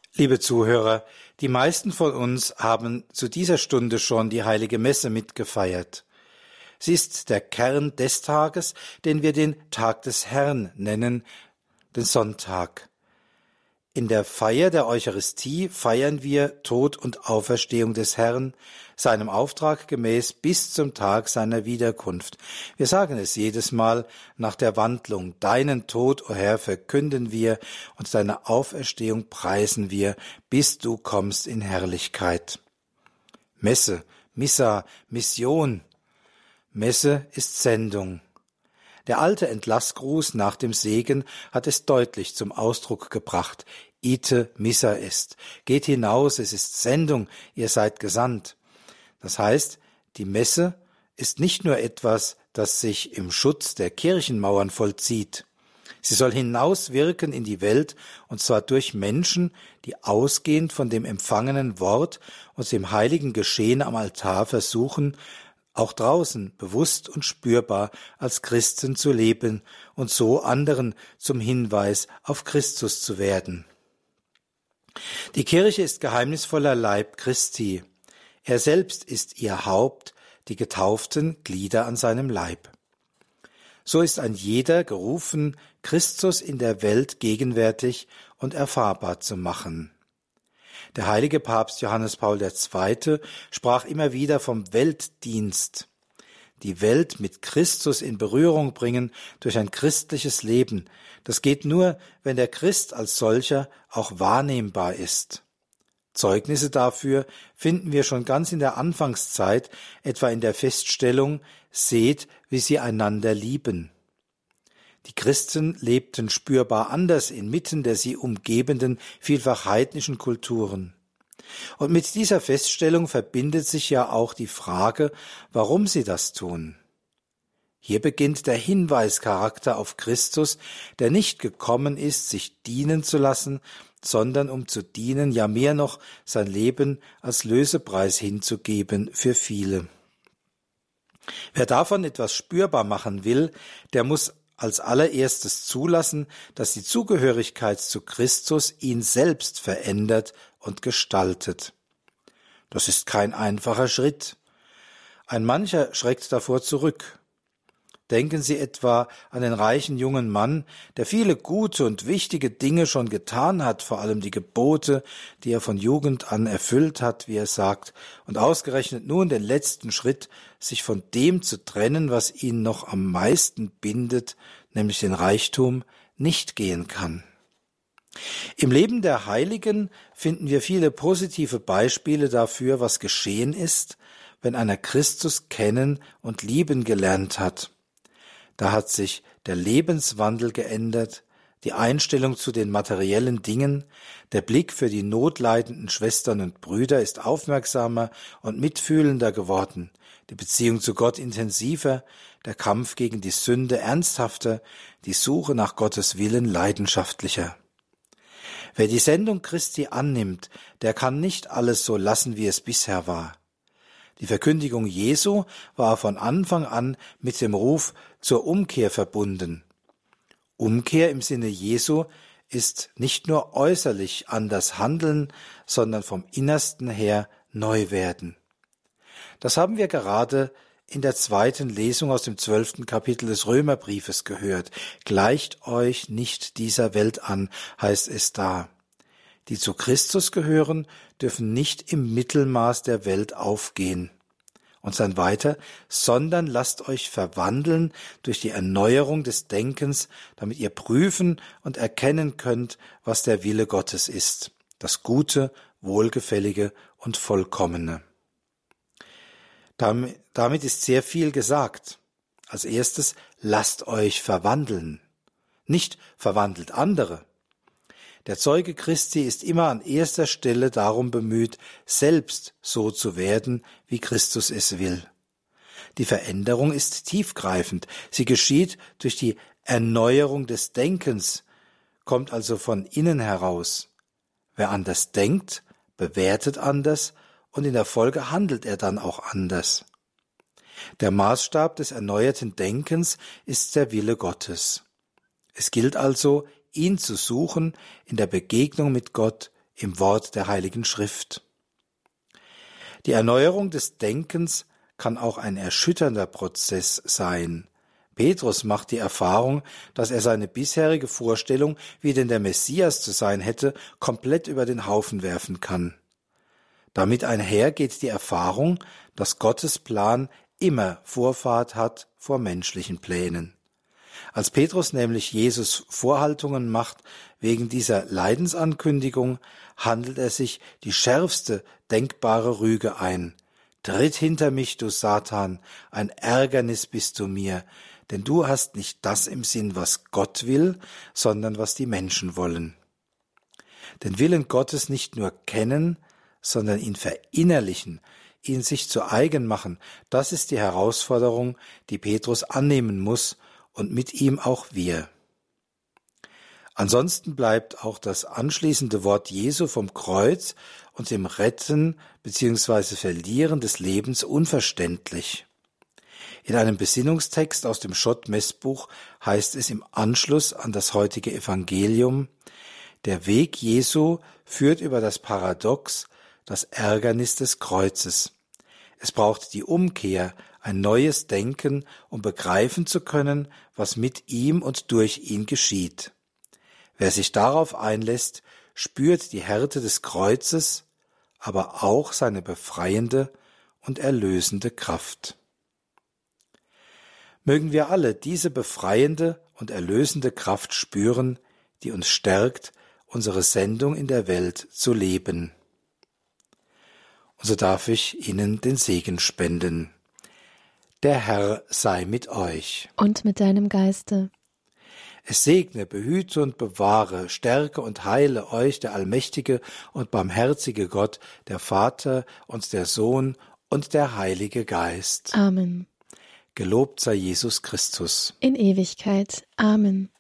Liebe Zuhörer, die meisten von uns haben zu dieser Stunde schon die Heilige Messe mitgefeiert. Sie ist der Kern des Tages, den wir den Tag des Herrn nennen, den Sonntag. In der Feier der Eucharistie feiern wir Tod und Auferstehung des Herrn, seinem Auftrag gemäß bis zum Tag seiner Wiederkunft. Wir sagen es jedes Mal nach der Wandlung: Deinen Tod, o Herr, verkünden wir, und deine Auferstehung preisen wir, bis du kommst in Herrlichkeit. Messe, Missa, Mission. Messe ist Sendung. Der alte Entlassgruß nach dem Segen hat es deutlich zum Ausdruck gebracht: Ite missa est. Geht hinaus, es ist Sendung, ihr seid gesandt. Das heißt, die Messe ist nicht nur etwas, das sich im Schutz der Kirchenmauern vollzieht. Sie soll hinauswirken in die Welt, und zwar durch Menschen, die ausgehend von dem empfangenen Wort und dem heiligen Geschehen am Altar versuchen, auch draußen bewusst und spürbar als Christen zu leben und so anderen zum Hinweis auf Christus zu werden. Die Kirche ist geheimnisvoller Leib Christi. Er selbst ist ihr Haupt, die getauften Glieder an seinem Leib. So ist ein jeder gerufen, Christus in der Welt gegenwärtig und erfahrbar zu machen. Der heilige Papst Johannes Paul II. Sprach immer wieder vom Weltdienst. Die Welt mit Christus in Berührung bringen durch ein christliches Leben. Das geht nur, wenn der Christ als solcher auch wahrnehmbar ist. Zeugnisse dafür finden wir schon ganz in der Anfangszeit, etwa in der Feststellung: Seht, wie sie einander lieben. Die Christen lebten spürbar anders inmitten der sie umgebenden, vielfach heidnischen Kulturen. Und mit dieser Feststellung verbindet sich ja auch die Frage, warum sie das tun. Hier beginnt der Hinweischarakter auf Christus, der nicht gekommen ist, sich dienen zu lassen, sondern um zu dienen, ja mehr noch, sein Leben als Lösepreis hinzugeben für viele. Wer davon etwas spürbar machen will, der muss als allererstes zulassen, dass die Zugehörigkeit zu Christus ihn selbst verändert und gestaltet. Das ist kein einfacher Schritt. Ein mancher schreckt davor zurück. Denken Sie etwa an den reichen jungen Mann, der viele gute und wichtige Dinge schon getan hat, vor allem die Gebote, die er von Jugend an erfüllt hat, wie er sagt, und ausgerechnet nun den letzten Schritt, sich von dem zu trennen, was ihn noch am meisten bindet, nämlich den Reichtum, nicht gehen kann. Im Leben der Heiligen finden wir viele positive Beispiele dafür, was geschehen ist, wenn einer Christus kennen und lieben gelernt hat. Da hat sich der Lebenswandel geändert, die Einstellung zu den materiellen Dingen, der Blick für die notleidenden Schwestern und Brüder ist aufmerksamer und mitfühlender geworden, die Beziehung zu Gott intensiver, der Kampf gegen die Sünde ernsthafter, die Suche nach Gottes Willen leidenschaftlicher. Wer die Sendung Christi annimmt, der kann nicht alles so lassen, wie es bisher war. Die Verkündigung Jesu war von Anfang an mit dem Ruf zur Umkehr verbunden. Umkehr im Sinne Jesu ist nicht nur äußerlich anders handeln, sondern vom Innersten her neu werden. Das haben wir gerade in der zweiten Lesung aus dem 12. Kapitel des Römerbriefes gehört. Gleicht euch nicht dieser Welt an, heißt es da. Die zu Christus gehören, dürfen nicht im Mittelmaß der Welt aufgehen. Und dann weiter: sondern lasst euch verwandeln durch die Erneuerung des Denkens, damit ihr prüfen und erkennen könnt, was der Wille Gottes ist, das Gute, Wohlgefällige und Vollkommene. Damit ist sehr viel gesagt. Als erstes: lasst euch verwandeln. Nicht verwandelt andere. Der Zeuge Christi ist immer an erster Stelle darum bemüht, selbst so zu werden, wie Christus es will. Die Veränderung ist tiefgreifend. Sie geschieht durch die Erneuerung des Denkens, kommt also von innen heraus. Wer anders denkt, bewertet anders und in der Folge handelt er dann auch anders. Der Maßstab des erneuerten Denkens ist der Wille Gottes. Es gilt also, ihn zu suchen in der Begegnung mit Gott, im Wort der Heiligen Schrift. Die Erneuerung des Denkens kann auch ein erschütternder Prozess sein. Petrus macht die Erfahrung, dass er seine bisherige Vorstellung, wie denn der Messias zu sein hätte, komplett über den Haufen werfen kann. Damit einher geht die Erfahrung, dass Gottes Plan immer Vorfahrt hat vor menschlichen Plänen. Als Petrus nämlich Jesus Vorhaltungen macht wegen dieser Leidensankündigung, handelt er sich die schärfste denkbare Rüge ein. Tritt hinter mich, du Satan, ein Ärgernis bist du mir, denn du hast nicht das im Sinn, was Gott will, sondern was die Menschen wollen. Den Willen Gottes nicht nur kennen, sondern ihn verinnerlichen, ihn sich zu eigen machen, das ist die Herausforderung, die Petrus annehmen muss und mit ihm auch wir. Ansonsten bleibt auch das anschließende Wort Jesu vom Kreuz und dem Retten bzw. Verlieren des Lebens unverständlich. In einem Besinnungstext aus dem Schott-Messbuch heißt es im Anschluss an das heutige Evangelium: Der Weg Jesu führt über das Paradox, das Ärgernis des Kreuzes. Es braucht die Umkehr, ein neues Denken, um begreifen zu können, was mit ihm und durch ihn geschieht. Wer sich darauf einlässt, spürt die Härte des Kreuzes, aber auch seine befreiende und erlösende Kraft. Mögen wir alle diese befreiende und erlösende Kraft spüren, die uns stärkt, unsere Sendung in der Welt zu leben. Und so darf ich Ihnen den Segen spenden. Der Herr sei mit euch. Und mit deinem Geiste. Es segne, behüte und bewahre, stärke und heile euch der allmächtige und barmherzige Gott, der Vater und der Sohn und der Heilige Geist. Amen. Gelobt sei Jesus Christus. In Ewigkeit. Amen.